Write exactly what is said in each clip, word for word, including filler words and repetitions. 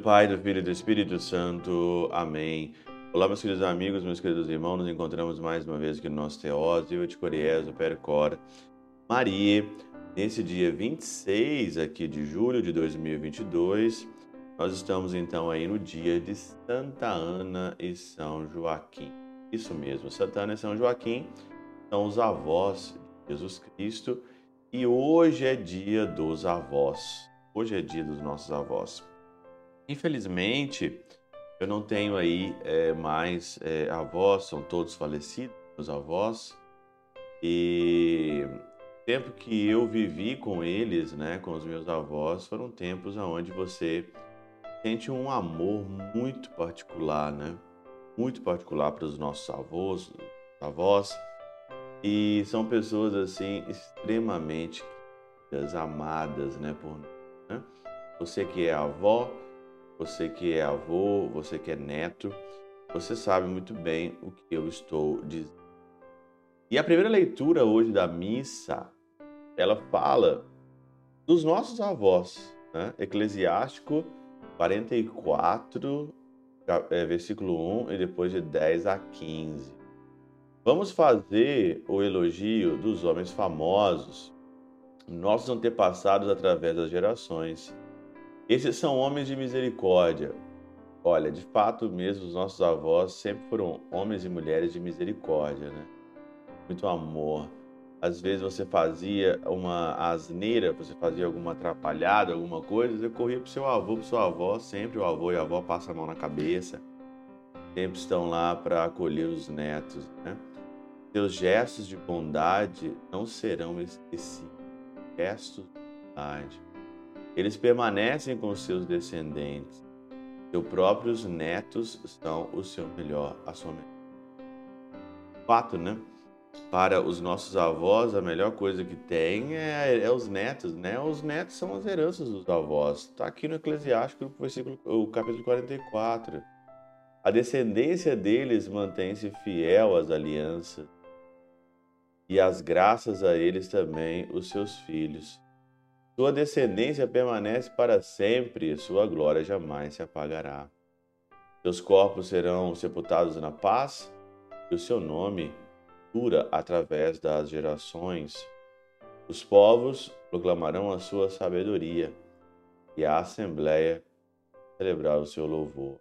Pai, do Filho e do Espírito Santo. Amém. Olá, meus queridos amigos, meus queridos irmãos, nos encontramos mais uma vez aqui no nosso Teós, eu te Coriezo, Percor, Maria, nesse dia vinte e seis aqui de julho de dois mil e vinte e dois, nós estamos então aí no dia de Santa Ana e São Joaquim. Isso mesmo, Santa Ana e São Joaquim são os avós de Jesus Cristo e hoje é dia dos avós, hoje é dia dos nossos avós. Infelizmente, eu não tenho aí é, mais é, avós, são todos falecidos, meus avós, e o tempo que eu vivi com eles, né, com os meus avós, foram tempos onde você sente um amor muito particular, né, muito particular para os nossos avós, avós, e são pessoas assim extremamente queridas, amadas, né, por nós, né? Você que é avó, você que é avô, você que é neto, você sabe muito bem o que eu estou dizendo. E a primeira leitura hoje da missa, ela fala dos nossos avós, né? Eclesiástico quarenta e quatro, versículo um, e depois de dez a quinze. Vamos fazer o elogio dos homens famosos, nossos antepassados através das gerações. Esses são homens de misericórdia. Olha, de fato mesmo, os nossos avós sempre foram homens e mulheres de misericórdia, né? Muito amor. Às vezes você fazia uma asneira, você fazia alguma atrapalhada, alguma coisa, você corria para o seu avô, para sua avó, sempre o avô e a avó passam a mão na cabeça, sempre estão lá para acolher os netos, né? Seus gestos de bondade não serão esquecidos. Gestos de bondade. Eles permanecem com seus descendentes. Seus próprios netos são o seu melhor, a sua melhor. Fato, né? Para os nossos avós, a melhor coisa que tem é, é os netos, né? Os netos são as heranças dos avós. Está aqui no Eclesiástico, versículo, o capítulo quarenta e quatro. A descendência deles mantém-se fiel às alianças e as graças a eles também, os seus filhos. Sua descendência permanece para sempre e sua glória jamais se apagará. Seus corpos serão sepultados na paz e o seu nome dura através das gerações. Os povos proclamarão a sua sabedoria e a assembleia celebrar o seu louvor.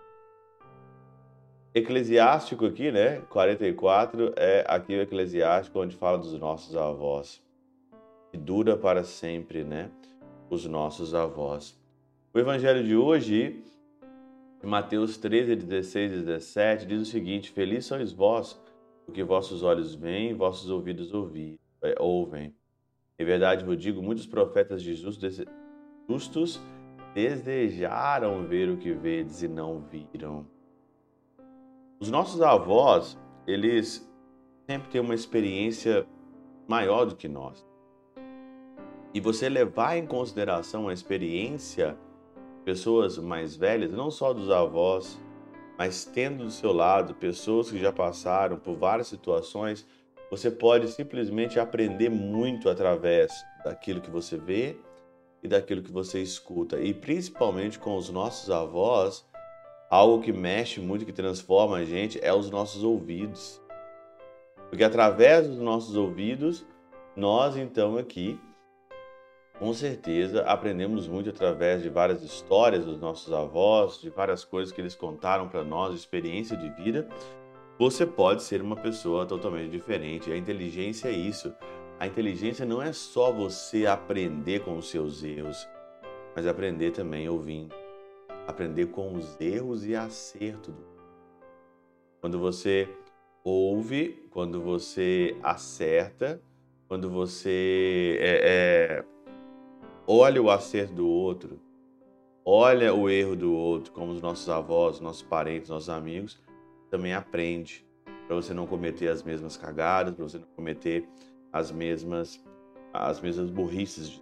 Eclesiástico aqui, né? quarenta e quatro é aqui o Eclesiástico onde fala dos nossos avós. Que dura para sempre, né? Os nossos avós. O evangelho de hoje, Mateus treze, dezesseis e dezessete, diz o seguinte: Feliz sois vós, porque vossos olhos veem e vossos ouvidos ouvem. Em verdade vos digo, muitos profetas de justos desejaram ver o que vedes e não viram. Os nossos avós, eles sempre têm uma experiência maior do que nós. E você levar em consideração a experiência de pessoas mais velhas, não só dos avós, mas tendo do seu lado pessoas que já passaram por várias situações, você pode simplesmente aprender muito através daquilo que você vê e daquilo que você escuta. E principalmente com os nossos avós, algo que mexe muito, que transforma a gente, é os nossos ouvidos. Porque através dos nossos ouvidos, nós então aqui, com certeza, aprendemos muito através de várias histórias dos nossos avós, de várias coisas que eles contaram para nós, experiência de vida. Você pode ser uma pessoa totalmente diferente. A inteligência é isso. A inteligência não é só você aprender com os seus erros, mas aprender também ouvindo. Aprender com os erros e acerto. Quando você ouve, quando você acerta, quando você é, é, olha o acerto do outro, olha o erro do outro, como os nossos avós, nossos parentes, nossos amigos, também aprende para você não cometer as mesmas cagadas, para você não cometer as mesmas, as mesmas burrices.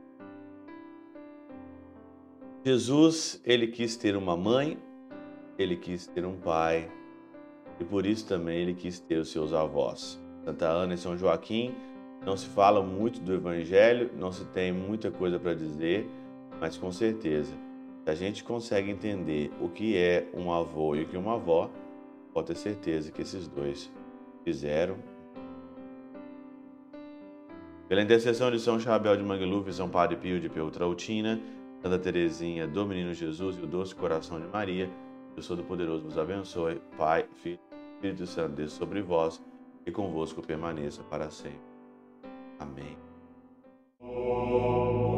Jesus, ele quis ter uma mãe, ele quis ter um pai, e por isso também ele quis ter os seus avós. Santa Ana e São Joaquim, não se fala muito do Evangelho, não se tem muita coisa para dizer, mas com certeza, se Se a gente consegue entender o que é um avô e o que é uma avó, pode ter certeza que esses dois fizeram. Pela intercessão de São Chabel de Mangluf e São Padre Pio de Peltrautina, Santa Teresinha do Menino Jesus e o Doce Coração de Maria, Deus Todo-Poderoso vos abençoe, Pai, Filho e Espírito Santo, desça sobre vós e convosco permaneça para sempre. Amém.